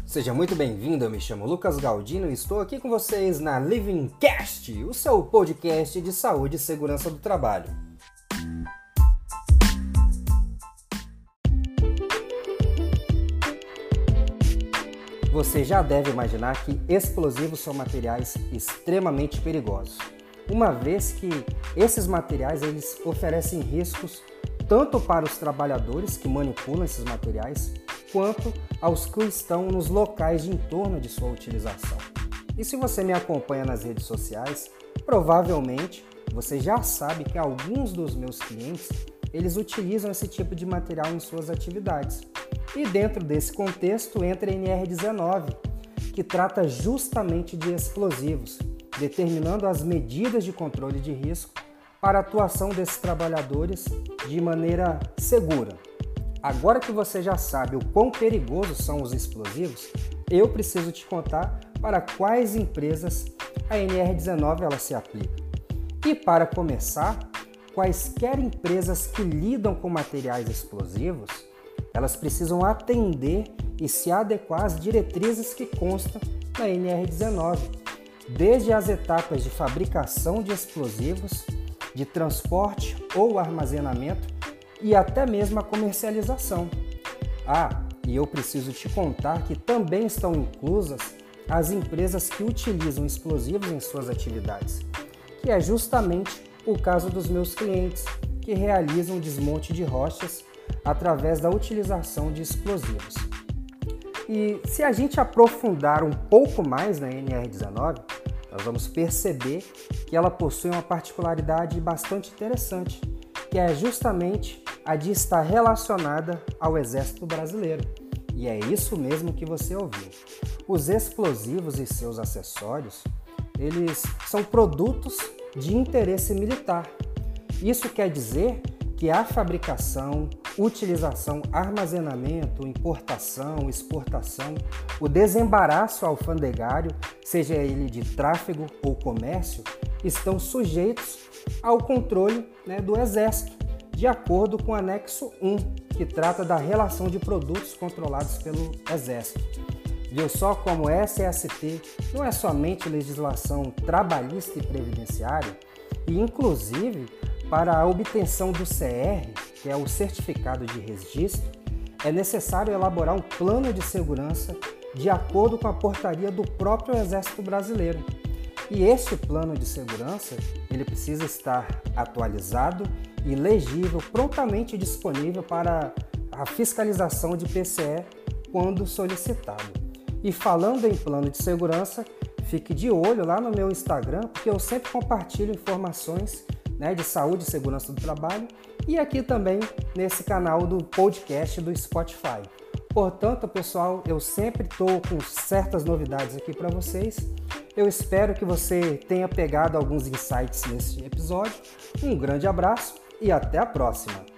Seja muito bem-vindo, eu me chamo Lucas Galdino e estou aqui com vocês na Livingcast, o seu podcast de saúde e segurança do trabalho. Você já deve imaginar que explosivos são materiais extremamente perigosos, uma vez que esses materiais eles oferecem riscos tanto para os trabalhadores que manipulam esses materiais, quanto aos que estão nos locais de entorno de sua utilização. E se você me acompanha nas redes sociais, provavelmente você já sabe que alguns dos meus clientes eles utilizam esse tipo de material em suas atividades. E dentro desse contexto entra a NR19, que trata justamente de explosivos, determinando as medidas de controle de risco para a atuação desses trabalhadores de maneira segura. Agora que você já sabe o quão perigosos são os explosivos, eu preciso te contar para quais empresas a NR19 ela se aplica. E para começar, quaisquer empresas que lidam com materiais explosivos, elas precisam atender e se adequar às diretrizes que constam na NR19, desde as etapas de fabricação de explosivos, de transporte ou armazenamento, e até mesmo a comercialização. E eu preciso te contar que também estão inclusas as empresas que utilizam explosivos em suas atividades, que é justamente o caso dos meus clientes, que realizam desmonte de rochas através da utilização de explosivos. E se a gente aprofundar um pouco mais na NR19, nós vamos perceber que ela possui uma particularidade bastante interessante, que é justamente a de estar relacionada ao Exército Brasileiro. E é isso mesmo que você ouviu. Os explosivos e seus acessórios, eles são produtos de interesse militar. Isso quer dizer que a fabricação, utilização, armazenamento, importação, exportação, o desembaraço alfandegário, seja ele de tráfego ou comércio, estão sujeitos ao controle do Exército, de acordo com o anexo 1, que trata da relação de produtos controlados pelo Exército. Viu só como SST não é somente legislação trabalhista e previdenciária, e inclusive para a obtenção do CR, que é o Certificado de Registro, é necessário elaborar um plano de segurança de acordo com a portaria do próprio Exército Brasileiro. E este plano de segurança, ele precisa estar atualizado e legível, prontamente disponível para a fiscalização de PCE quando solicitado. E falando em plano de segurança, fique de olho lá no meu Instagram, porque eu sempre compartilho informações de saúde e segurança do trabalho e aqui também nesse canal do podcast do Spotify. Portanto, pessoal, eu sempre estou com certas novidades aqui para vocês. Eu espero que você tenha pegado alguns insights nesse episódio. Um grande abraço e até a próxima!